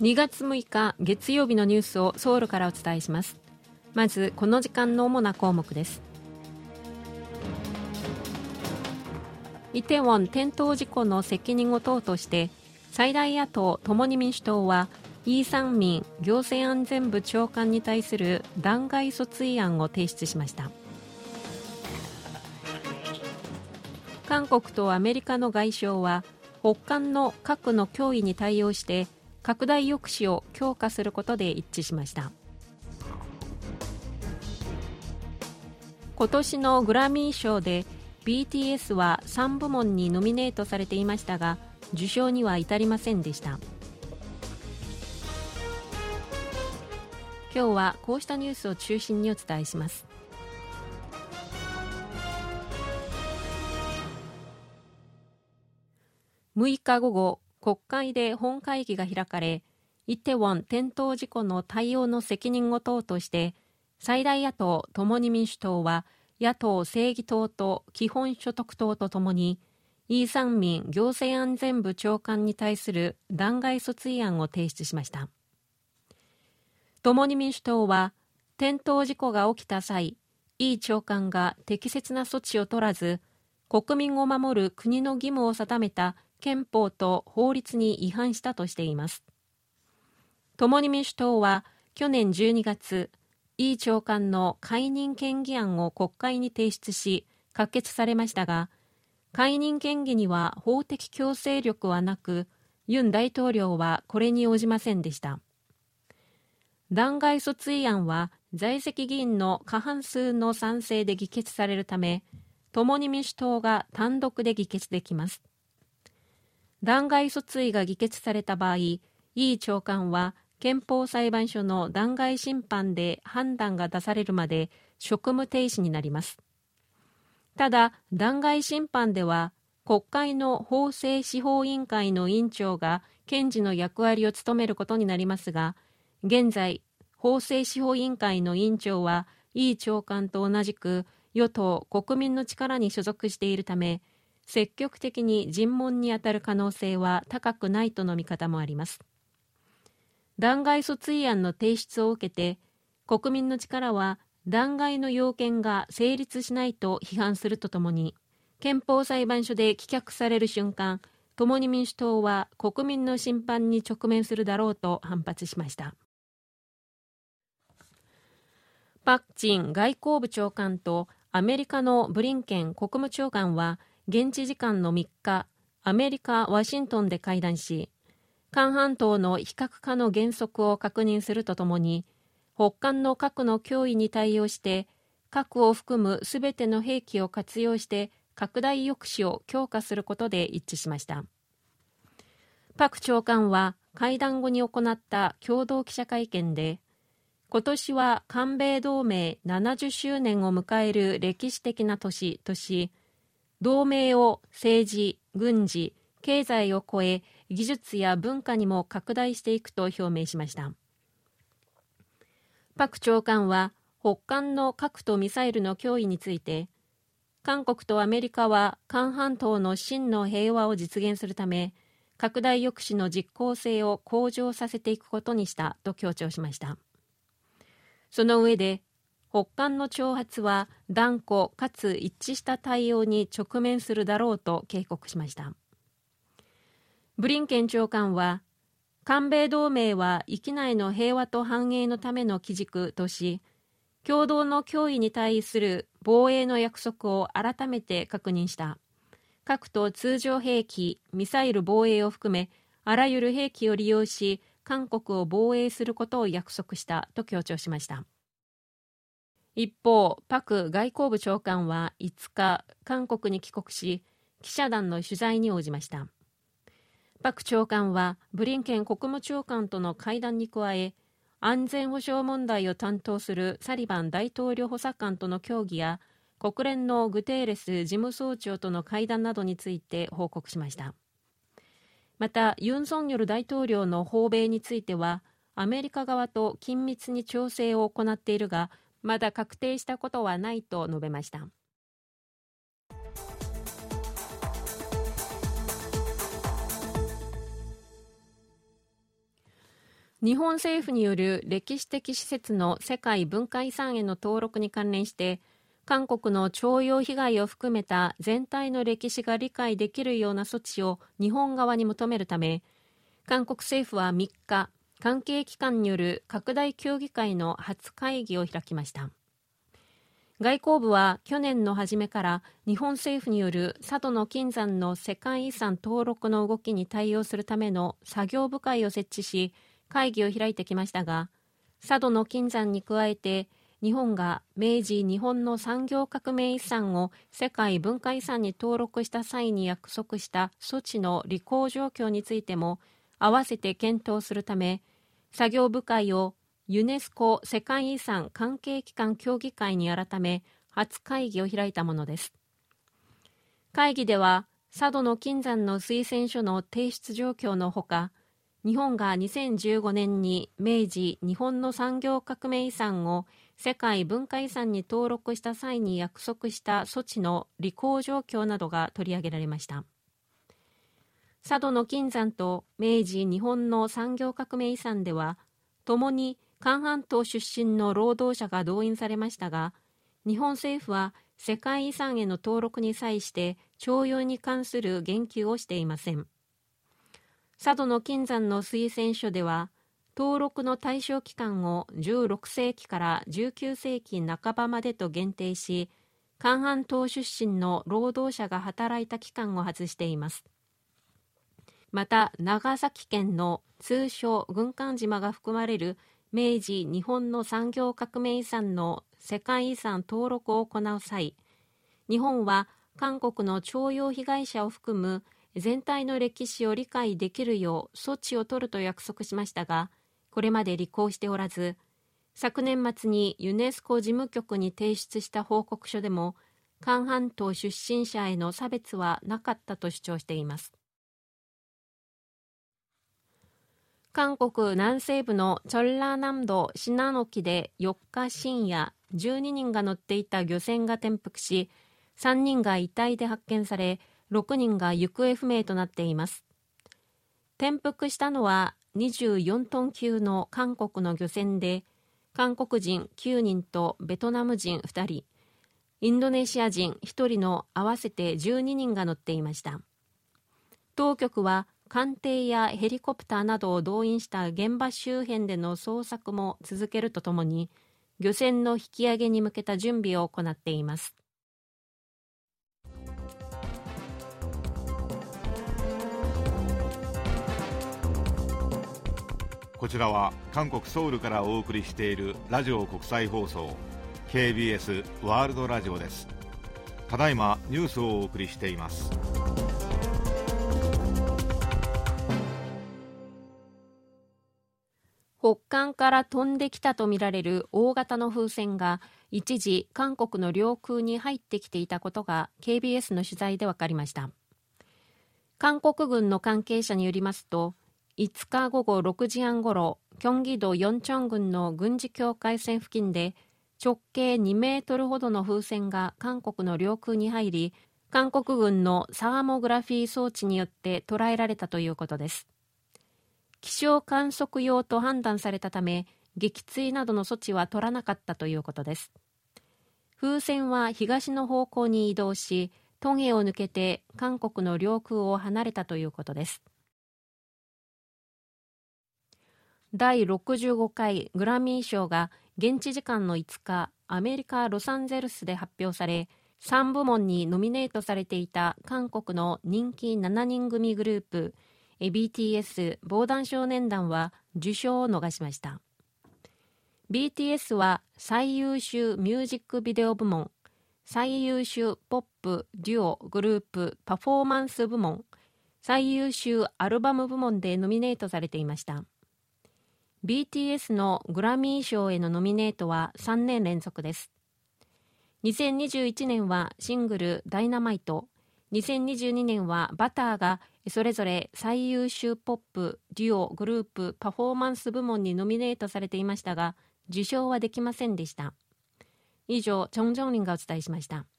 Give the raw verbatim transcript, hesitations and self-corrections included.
にがつむいか月曜日のニュースをソウルからお伝えします。まずこの時間の主な項目です。イテウォン転倒事故の責任を問うとして最大野党共に民主党はイ・サンミン行政安全部長官に対する弾劾訴追案を提出しました。韓国とアメリカの外相は北韓の核の脅威に対応して拡大抑止を強化することで一致しました。今年のグラミー賞で ビーティーエス はさんぶもんにノミネートされていましたが受賞には至りませんでした。今日はこうしたニュースを中心にお伝えします。むいか午後、国会で本会議が開かれ、イテウォン転倒事故の対応の責任を問うとして最大野党共に民主党は野党正義党と基本所得党とともにイ・サンミン行政安全部長官に対する弾劾訴追案を提出しました。共に民主党は転倒事故が起きた際、イ長官が適切な措置を取らず国民を守る国の義務を定めた憲法と法律に違反したとしています。共に民主党は去年じゅうにがつ、イ長官の解任権議案を国会に提出し可決されましたが、解任権議には法的強制力はなく、ユン大統領はこれに応じませんでした。弾劾訴追案は在籍議員の過半数の賛成で議決されるため、共に民主党が単独で議決できます。弾劾訴追が議決された場合、イ長官は憲法裁判所の弾劾審判で判断が出されるまで職務停止になります。ただ、弾劾審判では国会の法制司法委員会の委員長が検事の役割を務めることになりますが、現在、法制司法委員会の委員長はイ長官と同じく与党国民の力に所属しているため、積極的に尋問に当たる可能性は高くないとの見方もあります。弾劾訴追案の提出を受けて、国民の力は弾劾の要件が成立しないと批判するとともに、憲法裁判所で棄却される瞬間、共に民主党は国民の審判に直面するだろうと反発しました。パク・チン外交部長官とアメリカのブリンケン国務長官は現地時間のみっか、アメリカ・ワシントンで会談し、韓半島の非核化の原則を確認するとともに、北韓の核の脅威に対応して、核を含むすべての兵器を活用して拡大抑止を強化することで一致しました。パク長官は会談後に行った共同記者会見で、今年は韓米同盟ななじゅっしゅうねんを迎える歴史的な年とし、同盟を政治、軍事、経済を超え、技術や文化にも拡大していくと表明しました。パク長官は、北韓の核とミサイルの脅威について、韓国とアメリカは韓半島の真の平和を実現するため、拡大抑止の実効性を向上させていくことにしたと強調しました。その上で、北韓の挑発は断固かつ一致した対応に直面するだろうと警告しました。ブリンケン長官は、韓米同盟は域内の平和と繁栄のための基軸とし、共同の脅威に対する防衛の約束を改めて確認した。核と通常兵器、ミサイル防衛を含め、あらゆる兵器を利用し、韓国を防衛することを約束したと強調しました。一方、パク外交部長官はいつか韓国に帰国し、記者団の取材に応じました。パク長官はブリンケン国務長官との会談に加え、安全保障問題を担当するサリバン大統領補佐官との協議や、国連のグテーレス事務総長との会談などについて報告しました。また、ユン・ソンニョル大統領の訪米については、アメリカ側と緊密に調整を行っているが、まだ確定したことはないと述べました。 日本政府による歴史的施設の世界文化遺産への登録に関連して、韓国の徴用被害を含めた全体の歴史が理解できるような措置を日本側に求めるため、韓国政府はみっか、関係機関による拡大協議会の初会議を開きました。外交部は去年の初めから日本政府による佐渡島の金山の世界遺産登録の動きに対応するための作業部会を設置し、会議を開いてきましたが、佐渡の金山に加えて日本が明治日本の産業革命遺産を世界文化遺産に登録した際に約束した措置の履行状況についても合わせて検討するため、作業部会をユネスコ世界遺産関係機関協議会に改め初会議を開いたものです。会議では佐渡の金山の推薦書の提出状況のほか、日本がにせんじゅうごねんに明治日本の産業革命遺産を世界文化遺産に登録した際に約束した措置の履行状況などが取り上げられました。佐渡の金山と明治日本の産業革命遺産では、ともに韓半島出身の労働者が動員されましたが、日本政府は世界遺産への登録に際して徴用に関する言及をしていません。佐渡の金山の推薦書では、登録の対象期間をじゅうろくせいきからじゅうきゅうせいきなかばまでと限定し、韓半島出身の労働者が働いた期間を外しています。また、長崎県の通称軍艦島が含まれる明治日本の産業革命遺産の世界遺産登録を行う際、日本は韓国の徴用被害者を含む全体の歴史を理解できるよう措置を取ると約束しましたが、これまで履行しておらず、昨年末にユネスコ事務局に提出した報告書でも、韓半島出身者への差別はなかったと主張しています。韓国南西部のチョンラ南道シナン沖でよっか深夜、じゅうににんが乗っていた漁船が転覆し、さんにんが遺体で発見され、ろくにんが行方不明となっています。転覆したのはにじゅうよんトン級の韓国の漁船で、韓国人きゅうにんとベトナム人ふたり、インドネシア人ひとりの合わせてじゅうににんが乗っていました。当局は艦艇やヘリコプターなどを動員した現場周辺での捜索も続けるとともに、漁船の引き上げに向けた準備を行っています。 こちらは韓国ソウルからお送りしているラジオ国際放送 ケービーエス ワールドラジオです。ただいまニュースをお送りしています。 北韓から飛んできたとみられる大型の風船が一時韓国の領空に入ってきていたことが ケービーエス の取材で分かりました。韓国軍の関係者によりますと、いつかごごろくじはんごろ、キョンギ道ヨンチョン郡の軍事境界線付近で直径にメートルほどの風船が韓国の領空に入り、韓国軍のサーモグラフィー装置によって捉えられたということです。気象観測用と判断されたため、撃墜などの措置は取らなかったということです。風船は東の方向に移動し、トゲを抜けて韓国の領空を離れたということです。だいろくじゅうごかいグラミー賞が現地時間のいつか、アメリカ・ロサンゼルスで発表され、さんぶもんにノミネートされていた韓国の人気しちにん組グループ、ビーティーエス 防弾少年団は受賞を逃しました。ビーティーエス は最優秀ミュージックビデオ部門、最優秀ポップ・デュオ・グループ・パフォーマンス部門、最優秀アルバム部門でノミネートされていました。ビーティーエス のグラミー賞へのノミネートはさんねん連続です。にせんにじゅういちねんはシングルダイナマイト、にせんにじゅうにねんはバターがそれぞれ最優秀ポップ、デュオ、グループ、パフォーマンス部門にノミネートされていましたが、受賞はできませんでした。以上、チョン・ジョンリンがお伝えしました。